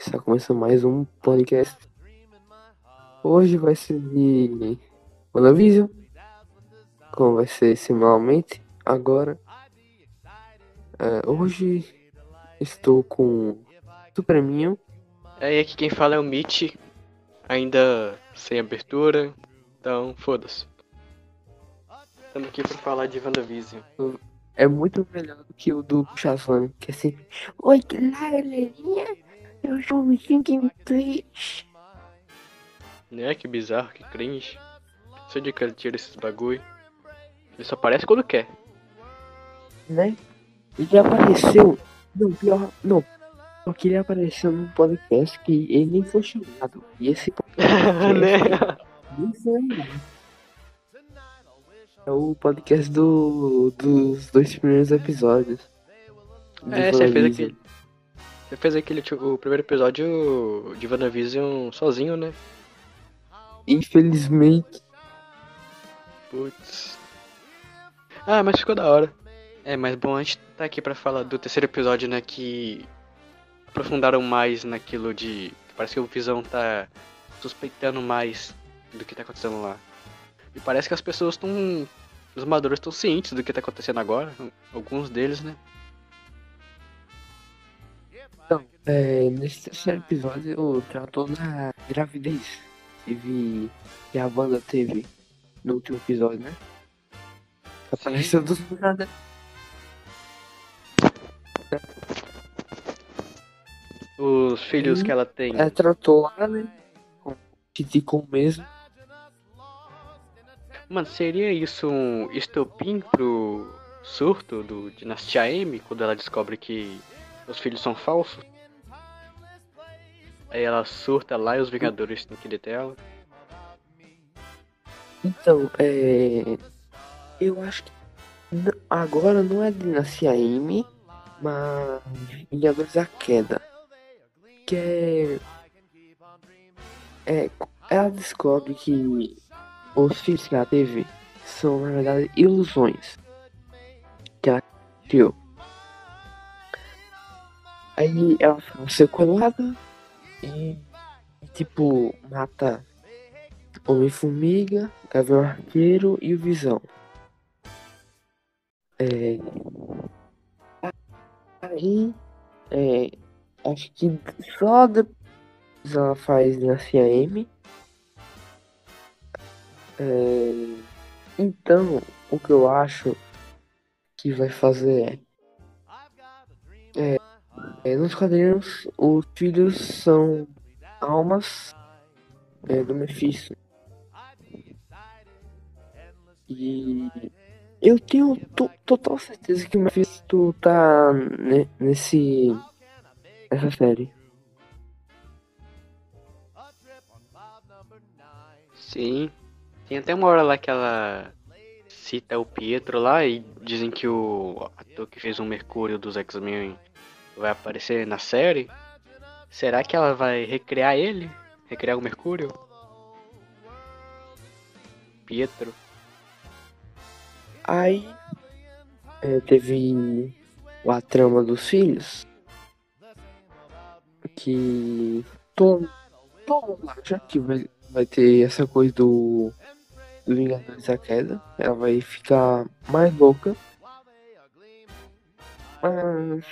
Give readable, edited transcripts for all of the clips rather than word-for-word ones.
Está começando mais um podcast. Hoje vai ser de WandaVision, como vai ser semanalmente. Agora, hoje estou com Supreminho. Aí aqui quem fala é o Mitch, ainda sem abertura, então foda-se. Estamos aqui pra falar de WandaVision. É muito melhor do que o do Shazam, que é sempre: oi, galerinha, eu sou o Mickey Gameplays. Né? Que bizarro, que cringe. Não sei de que ele tira esses bagulho. Ele só aparece quando quer. Né? Ele apareceu, não, pior, não, porque ele apareceu num podcast que ele nem foi chamado. E esse podcast Né? nem foi É o podcast dos dois primeiros episódios de É, WandaVision. Você fez aquele, o primeiro episódio de WandaVision sozinho, né? Infelizmente, Putz. Ah, mas ficou da hora. É, mas bom, a gente tá aqui pra falar do terceiro episódio, né? Que aprofundaram mais naquilo de. Parece que o Visão tá suspeitando mais do que tá acontecendo lá. E parece que as pessoas estão. Os madouros estão cientes do que tá acontecendo agora. Alguns deles, né? então, nesse terceiro episódio tratou da gravidez que a Wanda teve no último episódio, né? Apareceu do nada. Os filhos que E ela tem. tratou lá, né? Com Kitty mesmo. Mano, seria isso um estopim pro surto do Dinastia M quando ela descobre que os filhos são falsos? Aí ela surta lá e os Vingadores têm que deter ela. Então, eu acho que agora não é Dinastia M, mas Vingadores da Queda. Que ela descobre que os filhos que ela teve são, na verdade, ilusões que ela criou. Aí ela fica sequelada e, tipo, mata Homem-Formiga, Gavião Arqueiro e o Visão. É, aí, acho que só depois ela faz Dinastia M. Então, o que eu acho que vai fazer nos quadrinhos, os filhos são almas do Mephisto. E eu tenho total certeza que o Mephisto tá nessa série. Sim. Tem até uma hora lá que ela cita o Pietro lá e dizem que o ator que fez o Mercúrio dos X-Men vai aparecer na série. Será que ela vai recriar ele? Recriar o Mercúrio? Pietro? Aí teve a trama dos filhos, que todo mundo acha que vai ter essa coisa do Vingadores da Queda. Ela vai ficar mais louca. Mas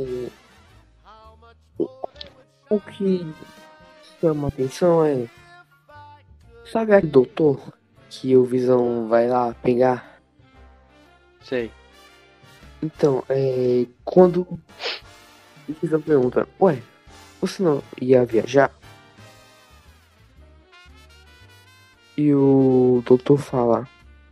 o que chama atenção sabe aquele doutor que o Visão vai lá pegar? Sei. Então, quando o Visão pergunta, ué, você não ia viajar? E o doutor fala,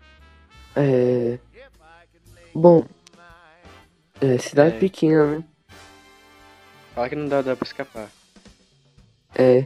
bom, cidade É. pequena, né? Fala que não dá pra escapar. É,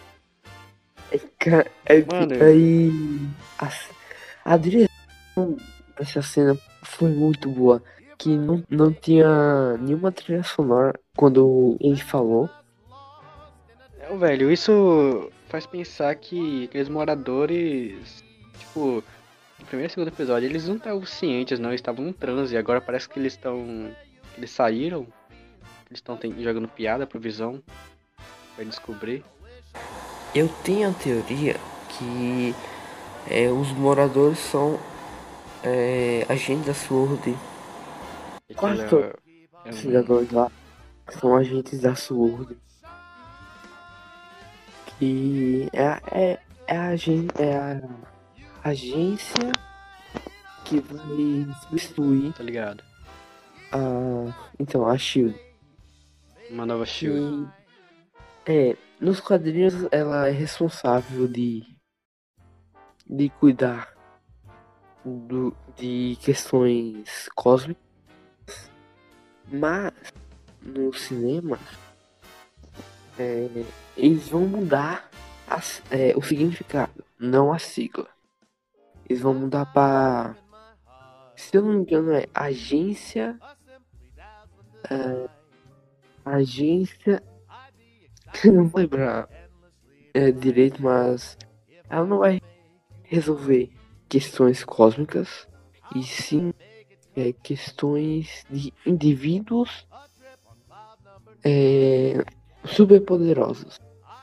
Mano, aí a direção dessa cena foi muito boa. Que não tinha nenhuma trilha sonora quando ele falou. velho, isso faz pensar que aqueles moradores, tipo, no primeiro e segundo episódio, eles não estavam cientes, não, eles estavam num transe, agora parece que eles saíram, eles estão jogando piada pro Visão. Vai descobrir. Eu tenho a teoria que os moradores são agentes da SWORD. Que Quase ela todos é os um. cidadãos lá são agentes da SWORD. Que é a agência que vai substituir Tá ligado? a SHIELD. Uma nova Shield. Nos quadrinhos ela é responsável de cuidar de questões cósmicas, mas no cinema eles vão mudar o significado, não a sigla. Eles vão mudar para, se eu não me engano, é agência, não vou lembrar direito, mas ela não vai resolver questões cósmicas e sim questões de indivíduos superpoderosos.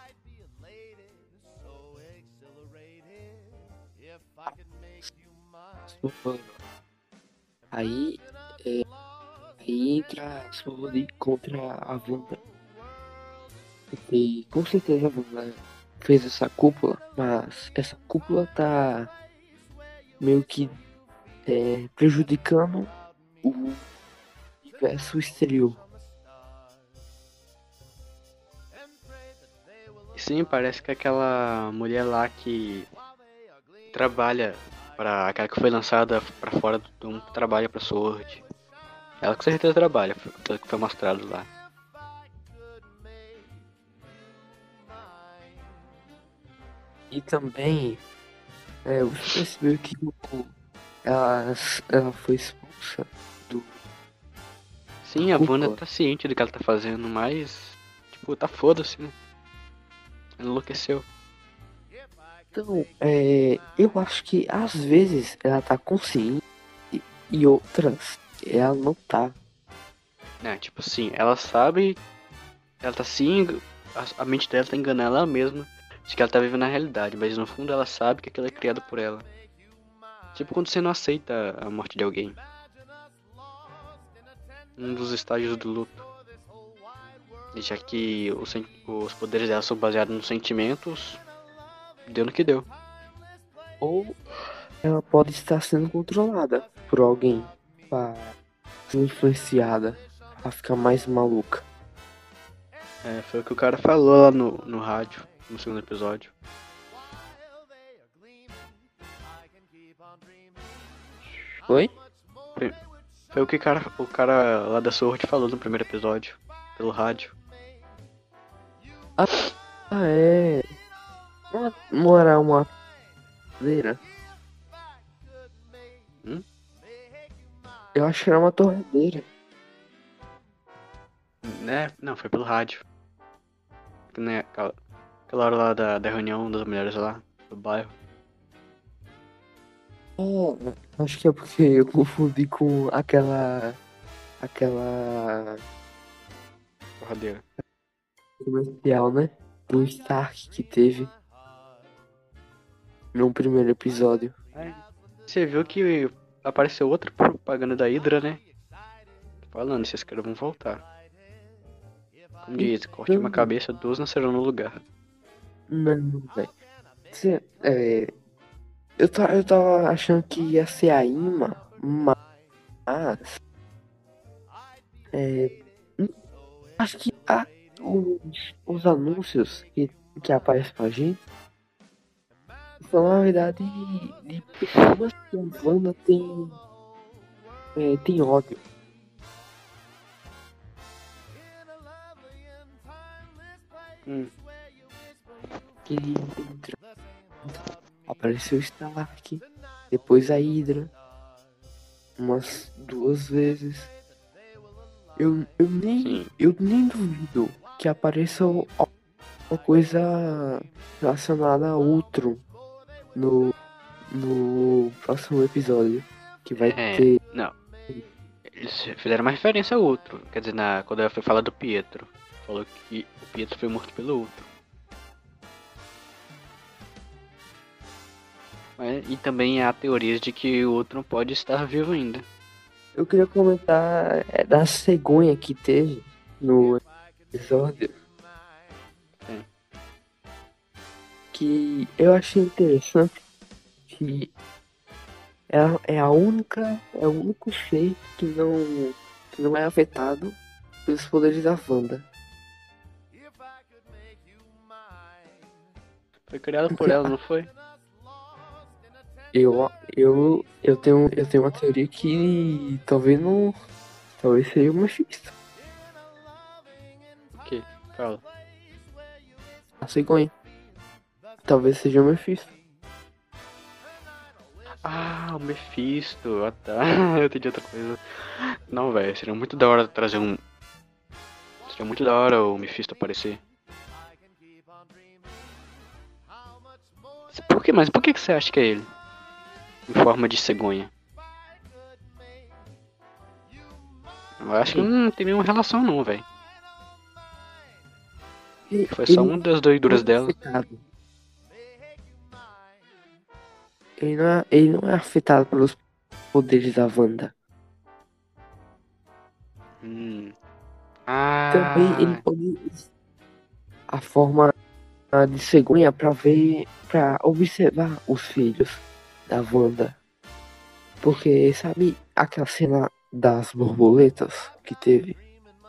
Aí, aí entra a Sword contra a Wanda. Porque com certeza a Wanda fez essa cúpula, mas essa cúpula tá meio que prejudicando o universo exterior. Sim, parece que aquela mulher lá que trabalha para aquela que foi lançada pra fora do mundo, trabalha pra Sword. Ela com certeza trabalha, pelo que foi mostrado lá. E também você percebeu que ela foi expulsa do Sim, a Wanda cúpula? tá ciente do que ela tá fazendo, mas tipo, tá foda-se, né? Ela enlouqueceu. Então, eu acho que às vezes ela tá consciente e outras ela não tá. Né, tipo assim, ela sabe, ela tá sim, a mente dela tá enganando ela mesma de que ela tá vivendo na realidade, mas no fundo ela sabe que aquilo é criado por ela. Tipo quando você não aceita a morte de alguém. Um dos estágios do luto. E já que os poderes dela são baseados nos sentimentos, deu no que deu. Ou ela pode estar sendo controlada por alguém para ser influenciada a ficar mais maluca. É, foi o que o cara falou lá no rádio, no segundo episódio. Oi? Foi o que o cara lá da Sword falou no primeiro episódio, pelo rádio. É. Não era uma torradeira? Eu acho que era uma torradeira. Né? Não, foi pelo rádio. Né, aquela hora lá da reunião das mulheres lá, do bairro. Acho que é porque eu confundi com aquela Porradeira. comercial, né? Do Stark que teve no primeiro episódio. Você viu que apareceu outra propaganda da Hydra, né? Falando, esses caras vão voltar. Como diz, corte uma cabeça, 2 nascerão no lugar. Não, velho. Eu tava achando que ia ser a Ima, mas acho que os anúncios que aparecem pra gente são na verdade de pessoas que a Wanda tem ódio. Que apareceu o Stark, depois a Hydra, umas 2 vezes. Eu nem duvido que apareça uma coisa relacionada a Ultron no próximo episódio. Que vai ter. Não. Eles fizeram uma referência a outro. Quer dizer, quando ela foi falar do Pietro. falou que o Pietro foi morto pelo outro. E também há teorias de que o outro não pode estar vivo ainda. Eu queria comentar da cegonha que teve no episódio. Sim. Que eu achei interessante que é o único ser que não é afetado pelos poderes da Wanda. Foi criado por ela, não foi? Eu tenho uma teoria que talvez seja o Mephisto, O quê? Fala. a cegonha. Talvez seja o Mephisto. Ah, o Mephisto. Ah, tá. Eu entendi outra coisa. Não, velho. Seria muito da hora trazer um. Seria muito da hora o Mephisto aparecer. Por que? Mas por que você acha que é ele? Em forma de cegonha. Eu acho que não tem nenhuma relação não, velho. Foi só uma das doiduras dela. Afetado. Ele não é afetado pelos poderes da Wanda. Também ele Ah, pode a forma de cegonha para observar os filhos da Wanda. Porque sabe aquela cena das borboletas que teve?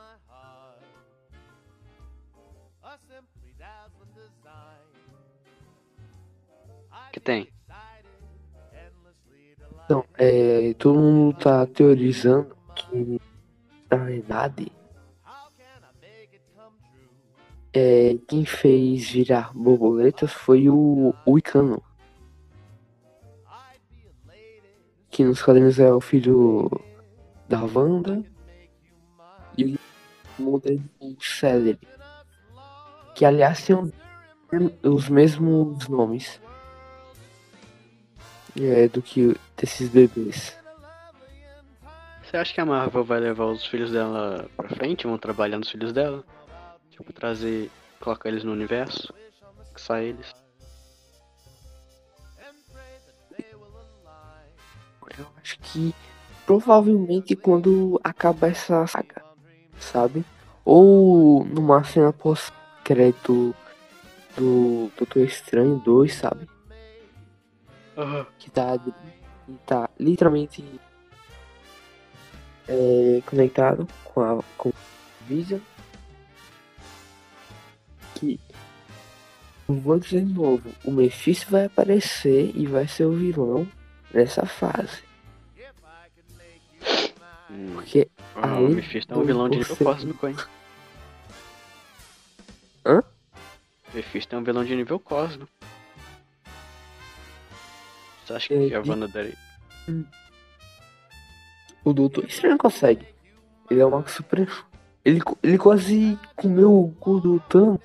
que tem. Então, todo mundo tá teorizando que na verdade quem fez virar borboletas foi o Icano. Que nos quadrinhos é o filho da Wanda e muda o Celery. Que aliás tem os mesmos nomes do que desses bebês. Você acha que a Marvel vai levar os filhos dela pra frente? Vão trabalhar nos filhos dela? Tipo, trazer, colocar eles no universo? Só eles? Eu acho que provavelmente quando acabar essa saga, sabe? Ou numa cena pós-crédito do Doutor Estranho 2, sabe? Que tá literalmente conectado com Vision. Que vou dizer de novo, o Mephisto vai aparecer e vai ser o vilão nessa fase. Porque O Mephisto é um vilão de nível cósmico, hein? Hã? Mephisto é um vilão de nível cósmico. Você acha que a Wanda daria? O Doutor Estranho consegue. Ele é o Mago Supremo. Ele quase comeu o cu do Thanos.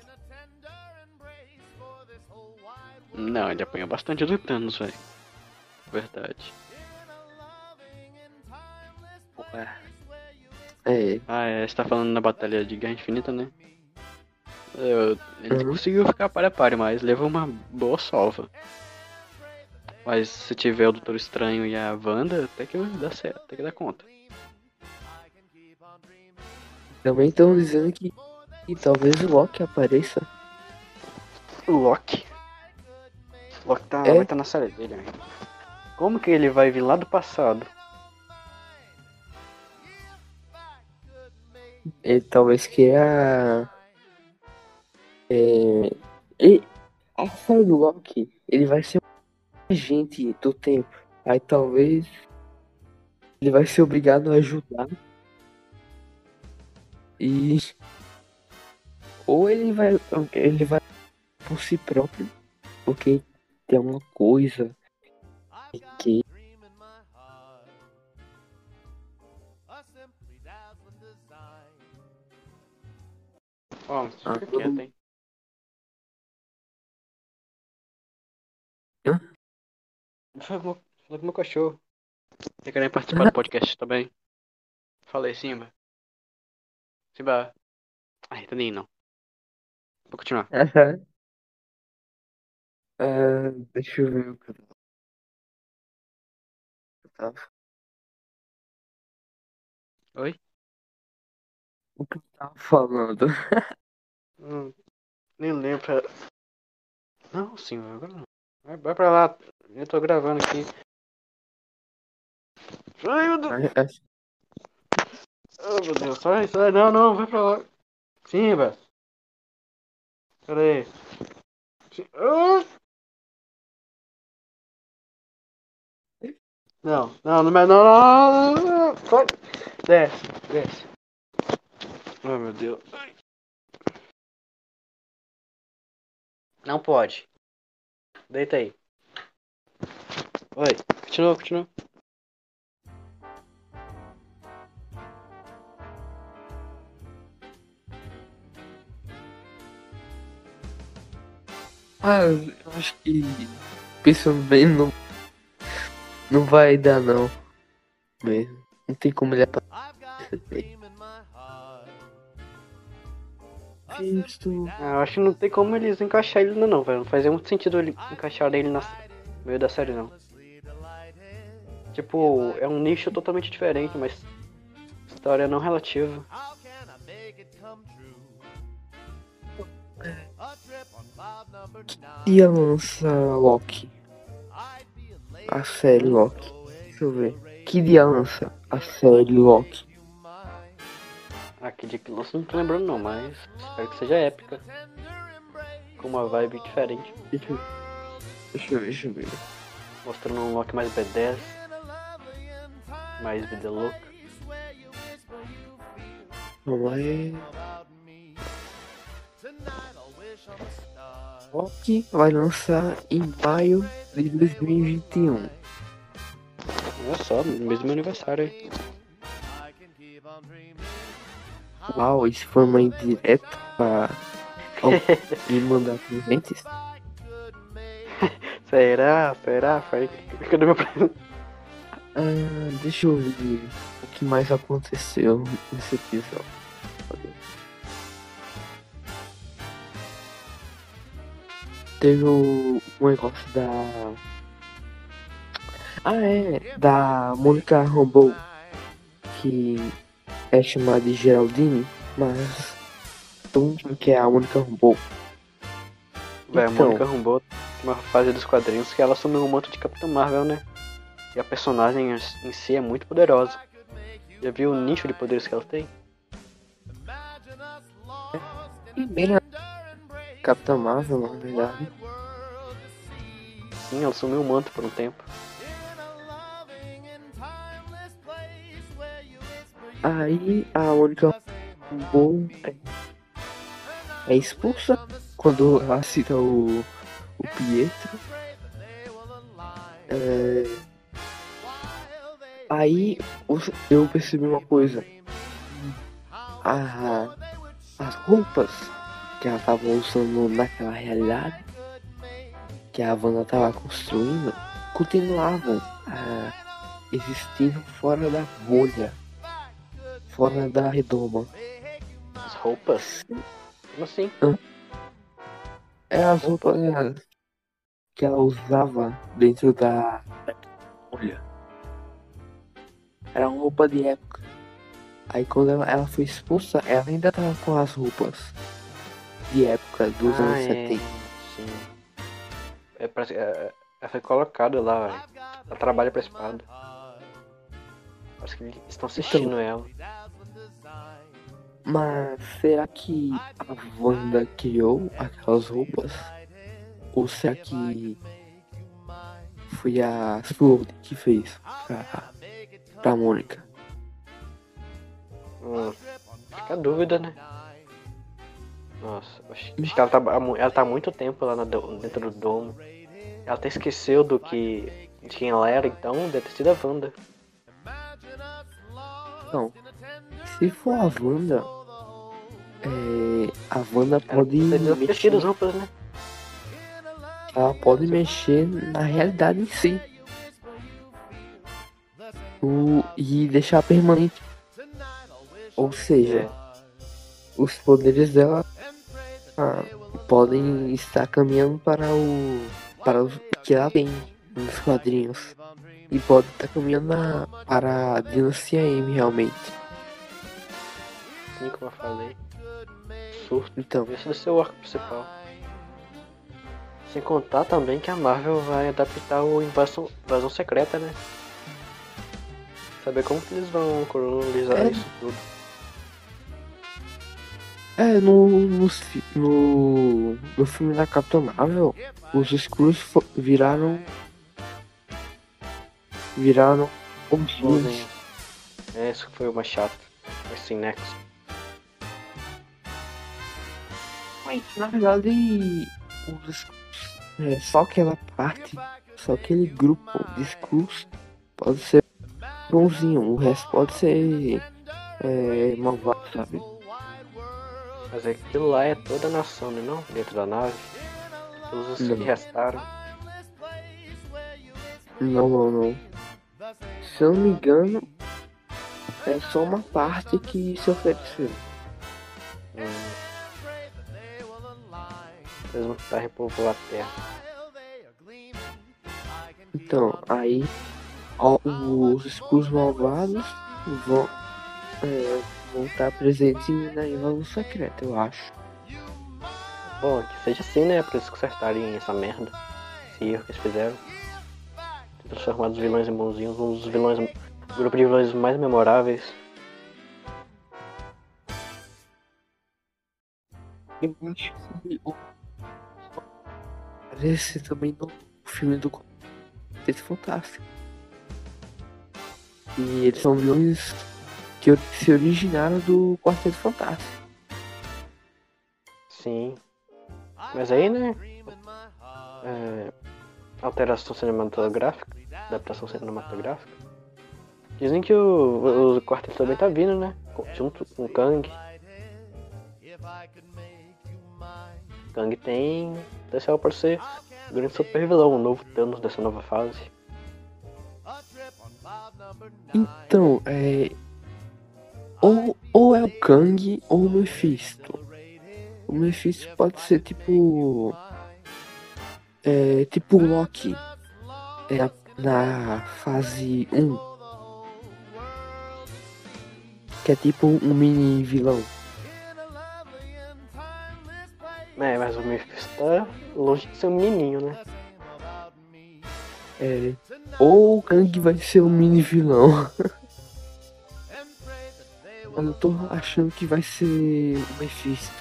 Não, ele apanhou bastante do Thanos, velho. Verdade. Você tá falando na Batalha de Guerra Infinita, né? Ele conseguiu ficar para a pare, mas levou uma boa salva. Mas se tiver o Doutor Estranho e a Wanda, até que dá certo, até que dá conta. Também estão dizendo que talvez o Loki apareça. O Loki? O Loki vai estar na série dele, amigo. Como que ele vai vir lá do passado? Ele talvez queira. A série do Loki, ele vai ser um agente do tempo. Aí talvez ele vai ser obrigado a ajudar. E. Ou ele vai por si próprio. Porque tem uma coisa que. Ó, fica quieto, hein? Hã? Falou com meu cachorro. Você querem participar do podcast também? Falei, Simba. Simba. Ai, tá nem não. Vou continuar. Aham. Deixa eu ver o que eu tava. Oi? O que eu tava falando. Hum, nem lembro. Não, sim, agora não. Vai pra lá. Eu tô gravando aqui. Ai, meu Deus. Acho- Ai, meu Deus. Sai. Não, vai pra lá. Sim, velho. Pera aí. Sim. Ah! Não. Sai. Desce. Ai, meu Deus. Não pode. Deita aí. Oi. Continua. eu acho que pensando bem, não vai dar não. Mesmo. Não tem como ele aparecer. Visto. Eu acho que não tem como eles encaixar ele ainda não, velho. Não faz muito sentido ele encaixar ele no meio da série, não. Tipo, é um nicho totalmente diferente, mas história não relativa. Ia lançar Loki. A série Loki. Deixa eu ver. Que dia lança a série Loki? Ah, que dia que lança não tô lembrando não, mas espero que seja épica. Com uma vibe diferente. Deixa eu ver. Mostrando um Loki mais B10. Mais vida louca. Vamos lá. Loki vai lançar em maio de 2021. Olha só, mesmo aniversário aí. Uau, isso foi uma indireta pra me mandar presentes? Será? Cadê meu presente? Deixa eu ver o que mais aconteceu nesse episódio. Teve o negócio da Mônica Rambeau, que é chamada de Geraldine, mas todo mundo sabe que é a Mônica Rambeau. Véi, a Então. Mônica Rambeau tem uma fase dos quadrinhos que ela assumiu o manto de Capitã Marvel, né? E a personagem em si é muito poderosa. Já viu o nicho de poderes que ela tem? E bem a Capitã Marvel, na verdade. Sim, ela assumiu o manto por um tempo. Aí a Mônica Rambeau é expulsa quando ela cita o Pietro. Aí eu percebi uma coisa. As roupas que ela tava usando naquela realidade que a Wanda tava construindo continuavam existindo fora da bolha, fora da redoma. As roupas? Como assim? É as roupas que ela usava dentro da bolha. Era uma roupa de época. Aí quando ela foi expulsa, ela ainda tava com as roupas de época dos anos 70. Sim. Ela foi colocada lá, véio. Ela trabalha pra espada. Acho que eles estão assistindo ela. Mas será que a Wanda criou aquelas roupas? Ou será que foi a Sword que fez pra Mônica? Fica a dúvida, né? Nossa, acho que ela tá há muito tempo lá dentro do domo. Ela até esqueceu de quem ela era, então deve ter sido a Wanda. Não. Se for a Wanda pode mexer. As roupas, né? Ela pode mexer na realidade em si. E deixar permanente. Ou seja, os poderes dela podem estar caminhando para o que ela tem nos quadrinhos. E pode estar caminhando para a Dinastia M realmente. Sim, como eu falei. Surto. Então, Esse vai ser o arco principal. Sem contar também que a Marvel vai adaptar o Invasão Secreta, né? Saber como que eles vão colonizar isso tudo. No filme da Capitã Marvel, os Skrulls viraram bonzinhos. Isso foi o mais chato. Foi sem nexo. Mas, na verdade, só aquela parte, só aquele grupo de Skrulls pode ser bonzinho, o resto pode ser malvado, sabe? Mas aquilo lá é toda a nação, né, não? Dentro da nave. Todos os que restaram. Não. Se eu não me engano, é só uma parte que se ofereceu. Eles vão tentar repovoar a Terra. Então, aí os Skrulls malvados vão estar presentes na invasão secreta, eu acho. Bom, que seja assim, né? Pra eles consertarem essa merda. Esse erro que eles fizeram. Transformar os vilões em bonzinhos. Um dos vilões. Grupo de vilões mais memoráveis. Eu acho que aparece também no filme do Quarteto Fantástico. E eles são vilões que se originaram do Quarteto Fantástico. Sim. Mas aí, né? Alteração cinematográfica. Adaptação cinematográfica. Dizem que o Quarteto também tá vindo, né? Junto com o Kang. Kang tem potencial para ser o grande super vilão, o novo Thanos dessa nova fase. Então, ou é o Kang ou o Mephisto. O Mephisto pode ser tipo o Loki na fase 1, que é tipo um mini vilão. Mas o Mephisto tá longe de ser um menininho, né? Ou o Kang vai ser um mini vilão. Mas eu tô achando que vai ser o Mephisto.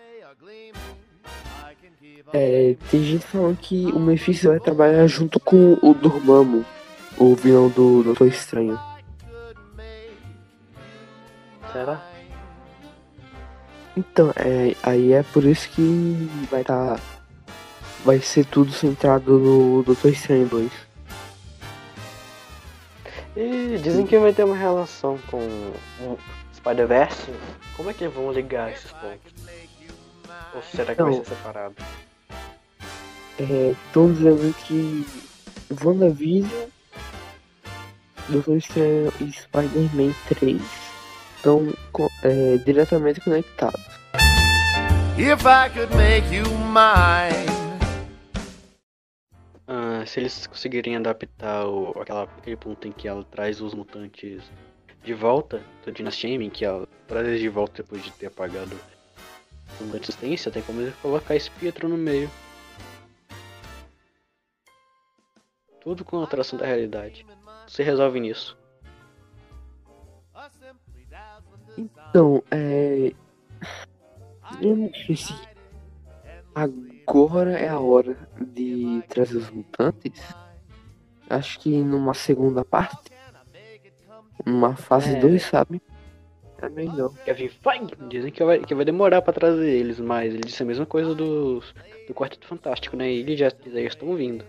Tem gente falando que o Mephisto vai trabalhar junto com o Dormammu, o vilão do Doutor Estranho. Será? Então, aí é por isso que vai ser tudo centrado no Doutor Estranho 2. E dizem que vai ter uma relação com o Spider-Verse. Como é que vão ligar esses pontos? Ou será que vai ser separado? Estão dizendo que WandaVision, Doutor Estranho e Spider-Man 3 estão diretamente conectados. If I could make you mine. Se eles conseguirem adaptar aquele ponto em que ela traz os mutantes de volta do Dinastia M, em que ela traz eles de volta depois de ter apagado a existência, tem como eles colocar esse Pietro no meio. Tudo com alteração da realidade. Se resolve nisso. Então, eu não sei se agora é a hora de trazer os mutantes. Acho que numa segunda parte, numa fase 2, sabe? É melhor. Kevin Feige dizem que vai demorar pra trazer eles, mas ele disse a mesma coisa do Quarteto Fantástico, né? E eles já estão vindo.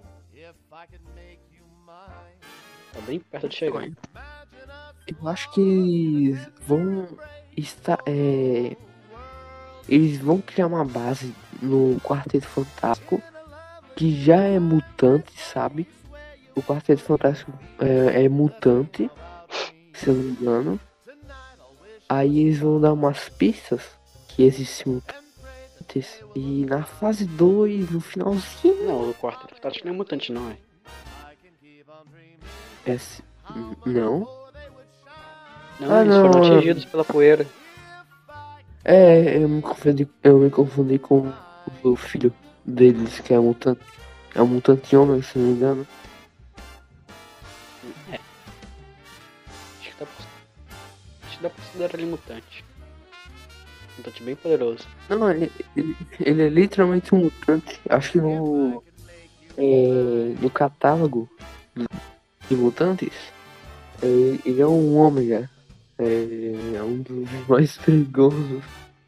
Tá bem perto de chegar. Eu acho que eles vão estar. Eles vão criar uma base no Quarteto Fantástico que já é mutante, sabe? O Quarteto Fantástico é mutante, se eu não me engano. Aí eles vão dar umas pistas que existem mutantes. E na fase 2, no finalzinho. Não, o quarto acho que não é mutante, não é? Esse... Não? Não, eles foram atingidos pela poeira. Eu me confundi com o filho deles, que é mutante. É um mutante homem, se não me engano. Acho que dá pra considerar ele mutante. Mutante bem poderoso. Não, ele é literalmente um mutante. Acho que no catálogo de mutantes, ele é um ômega. É um dos mais perigosos.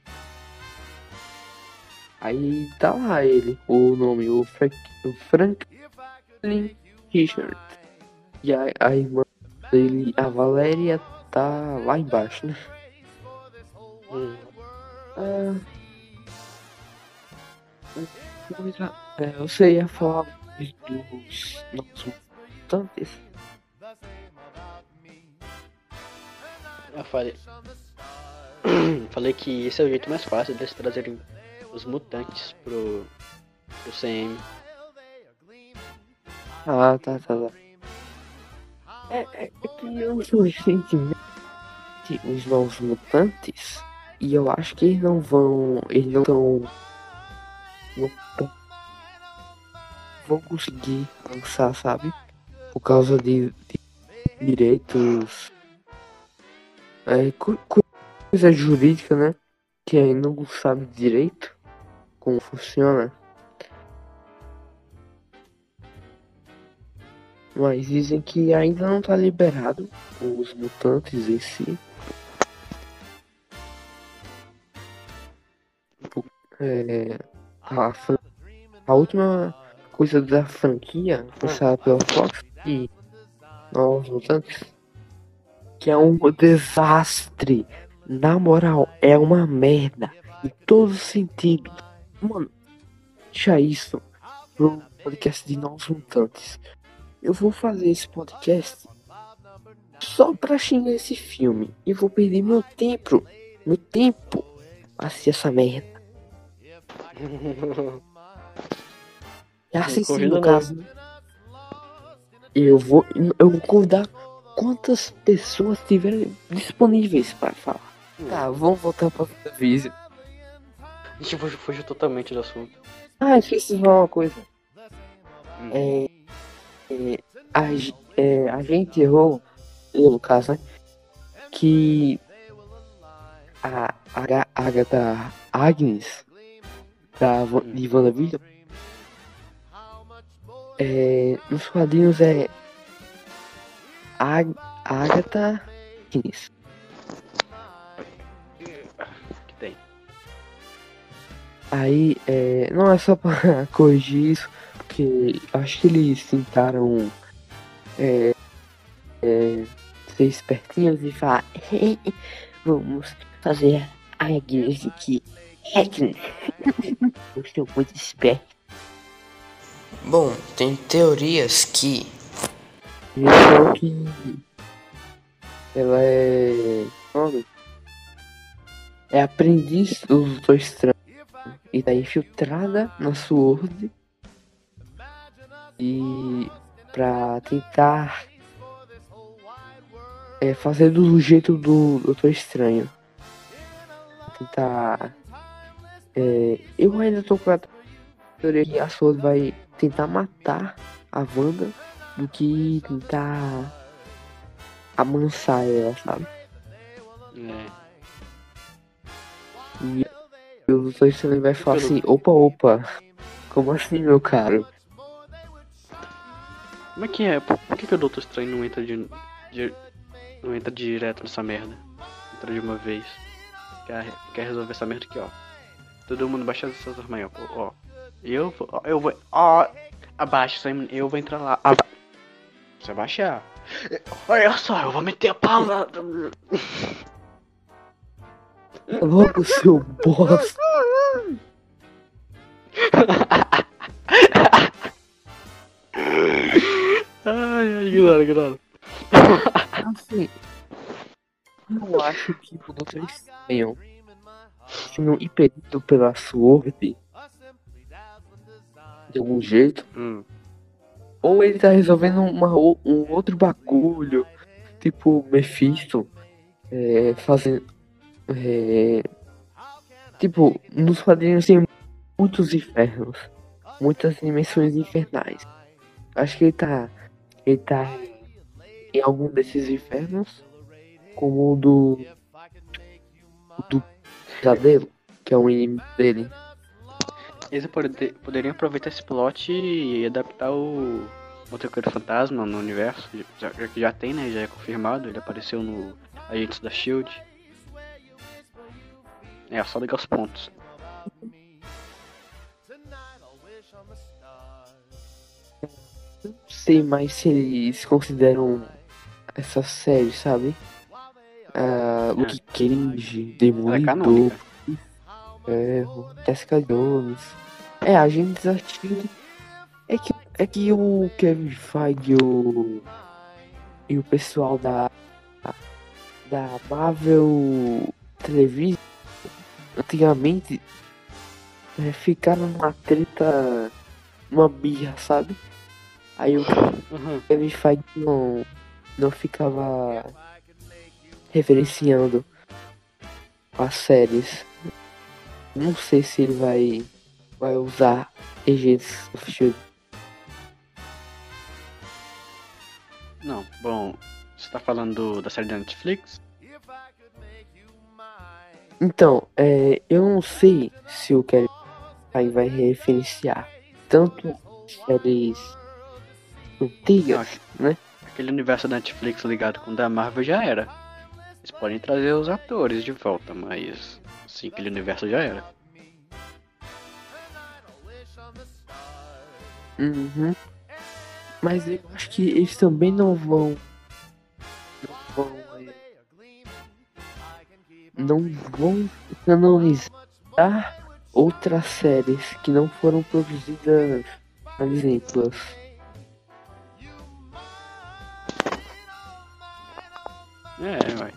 Aí tá lá ele, o nome, o Franklin Richard. E a irmã dele, a Valéria, tá lá embaixo, né? Você ia falar dos nossos mutantes? Eu falei que esse é o jeito mais fácil deles trazerem os mutantes pro CM. Tá. É que eu vi recentemente os novos mutantes e eu acho que eles não vão conseguir lançar, sabe? Por causa de direitos, coisa jurídica, né? Que ainda não sabe direito como funciona. Mas dizem que ainda não tá liberado os mutantes em si. A última coisa da franquia, lançada pela Fox, e Novos Mutantes, que é um desastre. Na moral, é uma merda em todos os sentidos. Mano, deixa isso pro podcast de Novos Mutantes. Eu vou fazer esse podcast só pra xingar esse filme. E vou perder meu tempo pra assistir essa merda. É assistir, no caso, né? Eu vou convidar quantas pessoas tiverem disponíveis para falar. Tá, vamos voltar pra WandaVision. A gente fugiu totalmente do assunto. Esqueci de falar uma coisa. A gente errou, eu no caso, né? Que a Agatha Agnes de WandaVision, nos quadrinhos é Agatha Agnes. Que tem. Aí, não é só pra corrigir isso, porque acho que eles tentaram ser espertinhos e falar vamos fazer a Agnes aqui. Eu estou muito esperto. Bom, tem teorias que Então que ela é aprendiz do Doutor Estranho e tá infiltrada na SWORD e pra tentar fazer do jeito do Doutor Estranho. Tentar. Eu ainda tô com a teoria que a SWORD vai tentar matar a Wanda do que tentar amansar ela, sabe? E o Doutor Estranho vai falar assim, opa, como assim, meu caro? Como é que é? Por que o Doutor Estranho não entra não entra direto nessa merda? Entra de uma vez. Quer resolver essa merda aqui, ó. Todo mundo baixa essas armas aí, ó. Eu vou. Abaixa, Simon. Eu vou entrar lá. Você abaixar. Olha só, eu vou meter a palavra. Logo, seu bosta. Ai, ignora. Assim, eu acho que o Doutor Estranho sendo impedido pela SWORD de algum jeito. Ou ele tá resolvendo um outro bagulho, tipo Mephisto, fazendo. Tipo, nos quadrinhos tem muitos infernos, muitas dimensões infernais. Acho que ele tá em algum desses infernos, como o do Pesadelo, que é um inimigo dele. Eles poderiam aproveitar esse plot e adaptar o Motoqueiro Fantasma no universo, já que já tem, né? Já é confirmado, ele apareceu no Agentes da SHIELD. É só ligar os pontos. Não sei mais se eles consideram essa série, sabe? Luke Cage, Demolidor, Ferro, Jessica Jones. Agentes da SHIELD. É que o Kevin Feige e o pessoal da Marvel Television antigamente ficaram numa treta, numa birra, sabe? Aí o Kevin Feige não ficava referenciando as séries. Não sei se ele vai usar Agents of SHIELD. Não, bom, você tá falando da série da Netflix? Então, eu não sei se o Kevin Feige vai referenciar tanto séries antigas, né? Aquele universo da Netflix ligado com o da Marvel já era. Eles podem trazer os atores de volta, mas sim, aquele universo já era. Mas eu acho que eles também não vão canonizar outras séries que não foram produzidas na Disney Plus. Vai.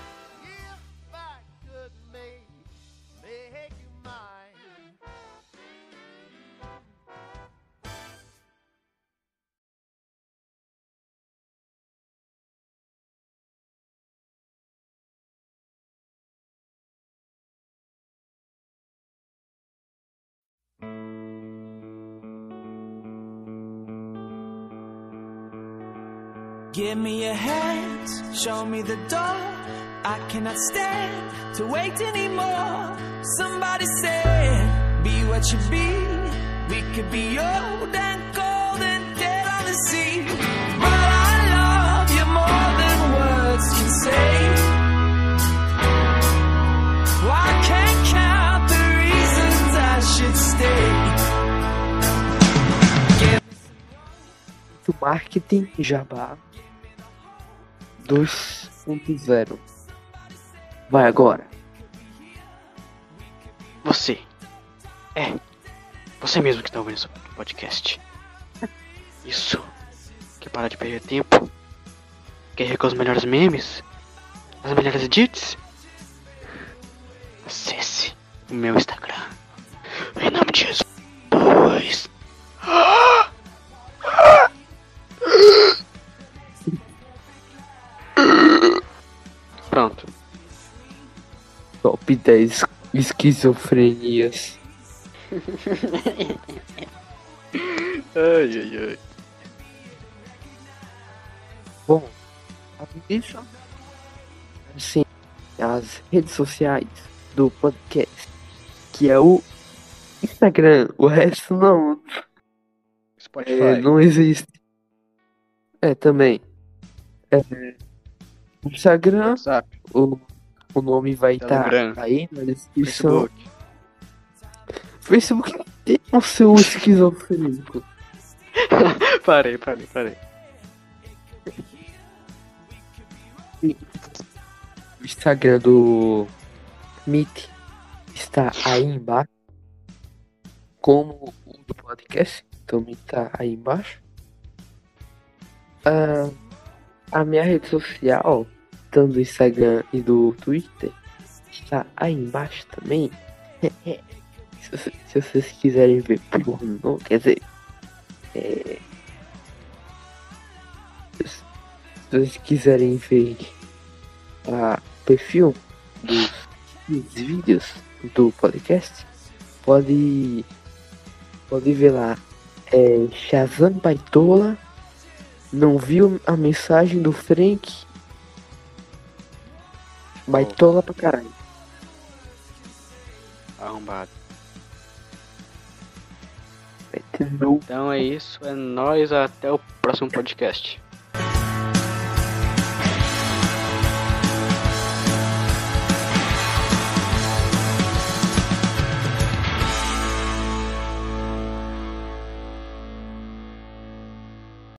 Give me your hands, show me the door. I cannot stand to wait anymore. Somebody said, be what you be. We could be old and cold and dead on the sea. But I love you more than words can say. I can't count the reasons I should stay. Do marketing Jabá 2.0. Vai agora. Você mesmo que está ouvindo esse podcast. Isso. Quer parar de perder tempo? Quer ver com os melhores memes? As melhores edits? Acesse o meu Instagram. Em nome de Jesus. Pronto. Top 10 esquizofrenias. Ai. Bom, isso, assim, as redes sociais do podcast, que é o Instagram, o resto não. Spotify. Não existe. Também. O Instagram, WhatsApp. o nome vai estar aí na descrição. Facebook tem o seu esquizofrênico. Parei. O Instagram do Meet está aí embaixo, como o do podcast também está aí embaixo. A minha rede social, tanto do Instagram e do Twitter, está aí embaixo também. Se vocês quiserem ver pornô, quer dizer, é, se vocês quiserem ver o perfil dos vídeos do podcast, pode ver lá. Shazam Baitola não viu a mensagem do Frank. Baitola pra caralho. Arrombado. Vai ter no Então é isso, é nóis, até o próximo podcast.